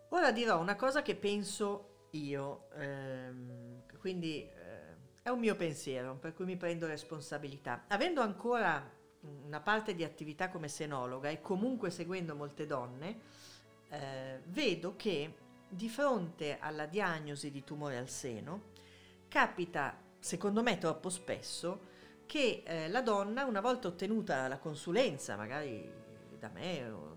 Ora dirò una cosa che penso io, quindi è un mio pensiero, per cui mi prendo responsabilità. Avendo ancora una parte di attività come senologa e comunque seguendo molte donne, vedo che di fronte alla diagnosi di tumore al seno capita, secondo me troppo spesso, che la donna, una volta ottenuta la consulenza, magari da me o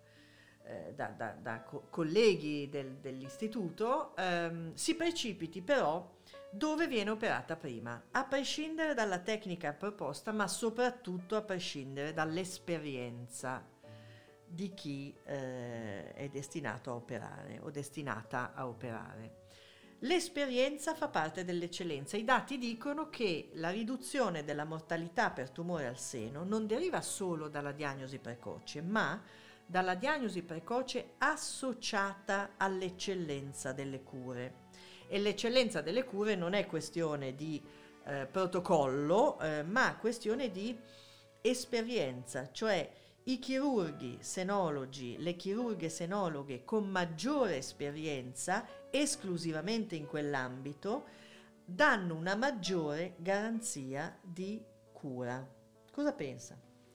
da colleghi dell'istituto, si precipiti però dove viene operata prima, a prescindere dalla tecnica proposta, ma soprattutto a prescindere dall'esperienza di chi è destinato a operare o destinata a operare. L'esperienza fa parte dell'eccellenza. I dati dicono che la riduzione della mortalità per tumore al seno non deriva solo dalla diagnosi precoce, ma dalla diagnosi precoce associata all'eccellenza delle cure. E l'eccellenza delle cure non è questione di protocollo, ma questione di esperienza, cioè i chirurghi senologi, le chirurghe senologhe con maggiore esperienza esclusivamente in quell'ambito danno una maggiore garanzia di cura. Cosa pensa?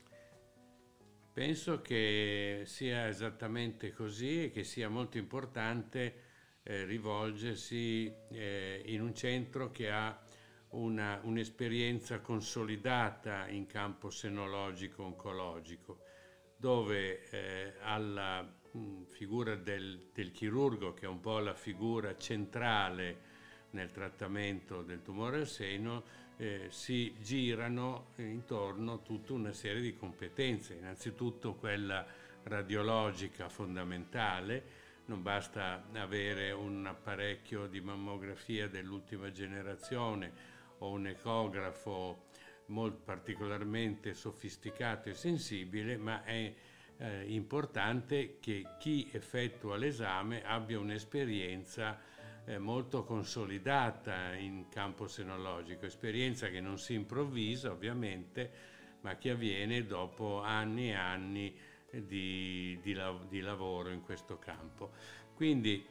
Penso che sia esattamente così e che sia molto importante rivolgersi in un centro che ha un'esperienza consolidata in campo senologico-oncologico, dove alla figura del chirurgo, che è un po' la figura centrale nel trattamento del tumore al seno, si girano intorno tutta una serie di competenze, innanzitutto quella radiologica fondamentale. Non basta avere un apparecchio di mammografia dell'ultima generazione o un ecografo molto particolarmente sofisticato e sensibile, ma è importante che chi effettua l'esame abbia un'esperienza molto consolidata in campo senologico, esperienza che non si improvvisa ovviamente, ma che avviene dopo anni e anni di lavoro in questo campo. Quindi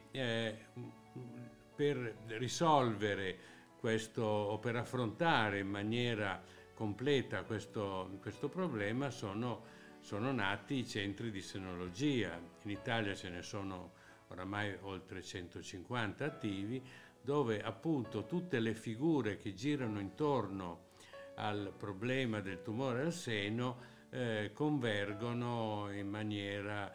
per risolvere questo o per affrontare in maniera completa questo problema sono nati i centri di senologia. In Italia ce ne sono oramai oltre 150 attivi, dove appunto tutte le figure che girano intorno al problema del tumore al seno convergono in maniera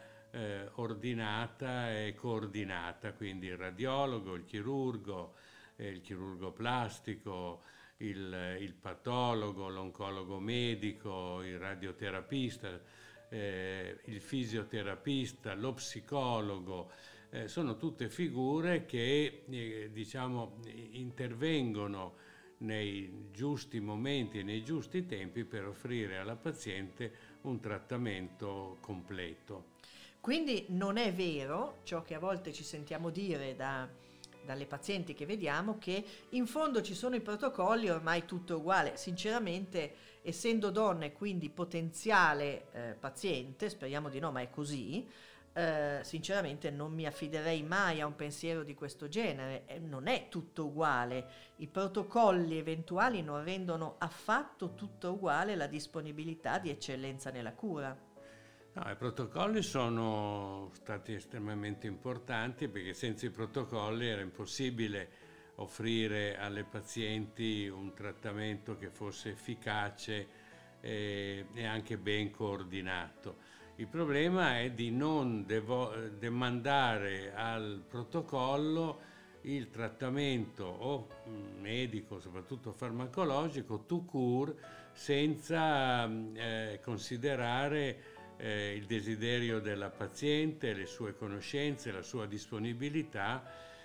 ordinata e coordinata, quindi il radiologo, il chirurgo plastico, il patologo, l'oncologo medico, il radioterapista, il fisioterapista, lo psicologo, sono tutte figure che intervengono nei giusti momenti e nei giusti tempi per offrire alla paziente un trattamento completo. Quindi non è vero ciò che a volte ci sentiamo dire dalle pazienti che vediamo, che in fondo ci sono i protocolli, ormai tutto è uguale. Sinceramente, essendo donna e quindi potenziale paziente, speriamo di no, ma è così, sinceramente non mi affiderei mai a un pensiero di questo genere. Non è tutto uguale, i protocolli eventuali non rendono affatto tutto uguale la disponibilità di eccellenza nella cura. No, i protocolli sono stati estremamente importanti, perché senza i protocolli era impossibile offrire alle pazienti un trattamento che fosse efficace e anche ben coordinato. Il problema è di non demandare al protocollo il trattamento o medico, soprattutto farmacologico, tout court, senza considerare il desiderio della paziente, le sue conoscenze, la sua disponibilità,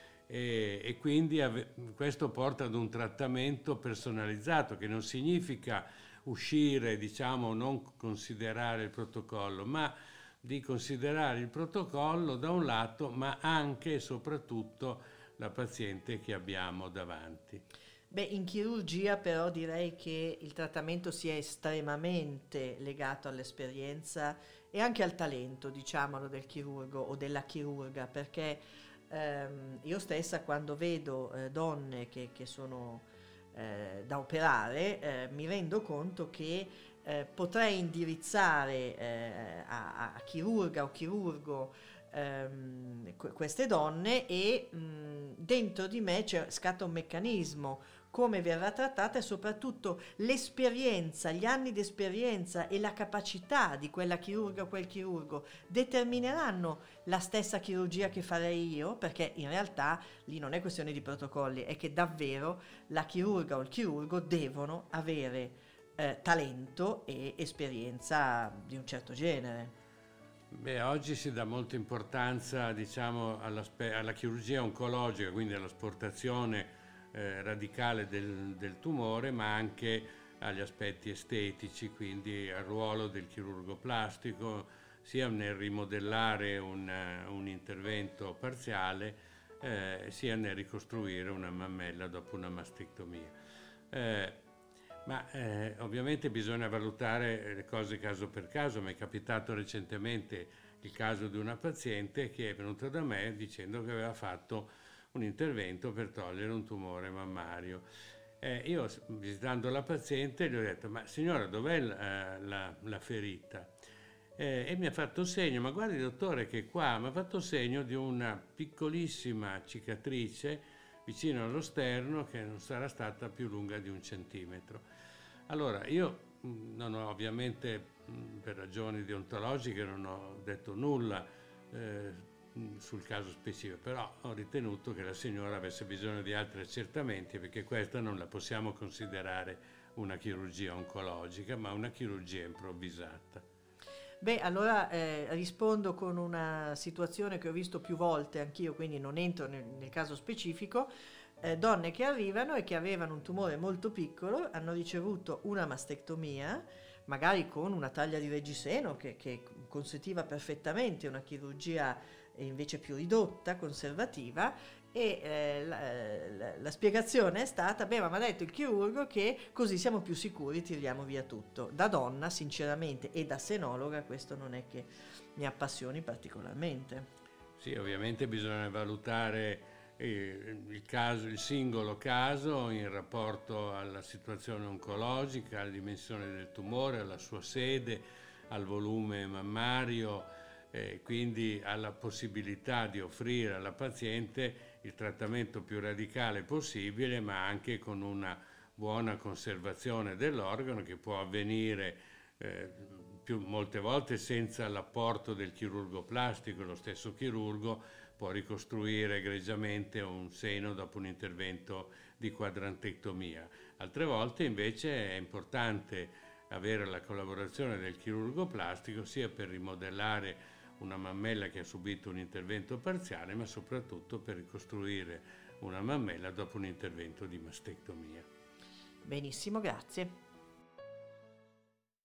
e quindi questo porta ad un trattamento personalizzato, che non significa uscire, non considerare il protocollo, ma di considerare il protocollo da un lato, ma anche e soprattutto la paziente che abbiamo davanti. Beh, in chirurgia però direi che il trattamento sia estremamente legato all'esperienza e anche al talento, diciamolo, del chirurgo o della chirurga, perché io stessa quando vedo donne che sono da operare, mi rendo conto che potrei indirizzare a chirurga o chirurgo queste donne e dentro di me scatta un meccanismo, come verrà trattata e soprattutto l'esperienza, gli anni di esperienza e la capacità di quella chirurga o quel chirurgo determineranno la stessa chirurgia che farei io, perché in realtà lì non è questione di protocolli, è che davvero la chirurga o il chirurgo devono avere talento e esperienza di un certo genere. Beh, oggi si dà molta importanza, diciamo, alla chirurgia oncologica, quindi all'asportazione radicale del tumore, ma anche agli aspetti estetici, quindi al ruolo del chirurgo plastico, sia nel rimodellare un intervento parziale, sia nel ricostruire una mammella dopo una mastectomia. Ovviamente bisogna valutare le cose caso per caso. Mi è capitato recentemente il caso di una paziente che è venuta da me dicendo che aveva fatto un intervento per togliere un tumore mammario. Io, visitando la paziente, gli ho detto: ma signora, dov'è la ferita? E mi ha fatto segno: ma guardi dottore che qua mi ha fatto segno di una piccolissima cicatrice vicino allo sterno che non sarà stata più lunga di 1 centimetro. Allora, io non ho, ovviamente, per ragioni deontologiche, non ho detto nulla sul caso specifico, però ho ritenuto che la signora avesse bisogno di altri accertamenti, perché questa non la possiamo considerare una chirurgia oncologica, ma una chirurgia improvvisata. Beh, allora rispondo con una situazione che ho visto più volte anch'io, quindi non entro nel caso specifico. Donne che arrivano e che avevano un tumore molto piccolo, hanno ricevuto una mastectomia, magari con una taglia di reggiseno che consentiva perfettamente una chirurgia invece più ridotta, conservativa, e la spiegazione è stata: beh, ma mi ha detto il chirurgo che così siamo più sicuri, tiriamo via tutto. Da donna, sinceramente, e da senologa, questo non è che mi appassioni particolarmente. Sì, ovviamente bisogna valutare il singolo caso in rapporto alla situazione oncologica, alla dimensione del tumore, alla sua sede, al volume mammario, quindi alla possibilità di offrire alla paziente il trattamento più radicale possibile, ma anche con una buona conservazione dell'organo, che può avvenire molte volte senza l'apporto del chirurgo plastico. Lo stesso chirurgo può ricostruire egregiamente un seno dopo un intervento di quadrantectomia. Altre volte invece è importante avere la collaborazione del chirurgo plastico, sia per rimodellare una mammella che ha subito un intervento parziale, ma soprattutto per ricostruire una mammella dopo un intervento di mastectomia. Benissimo, grazie.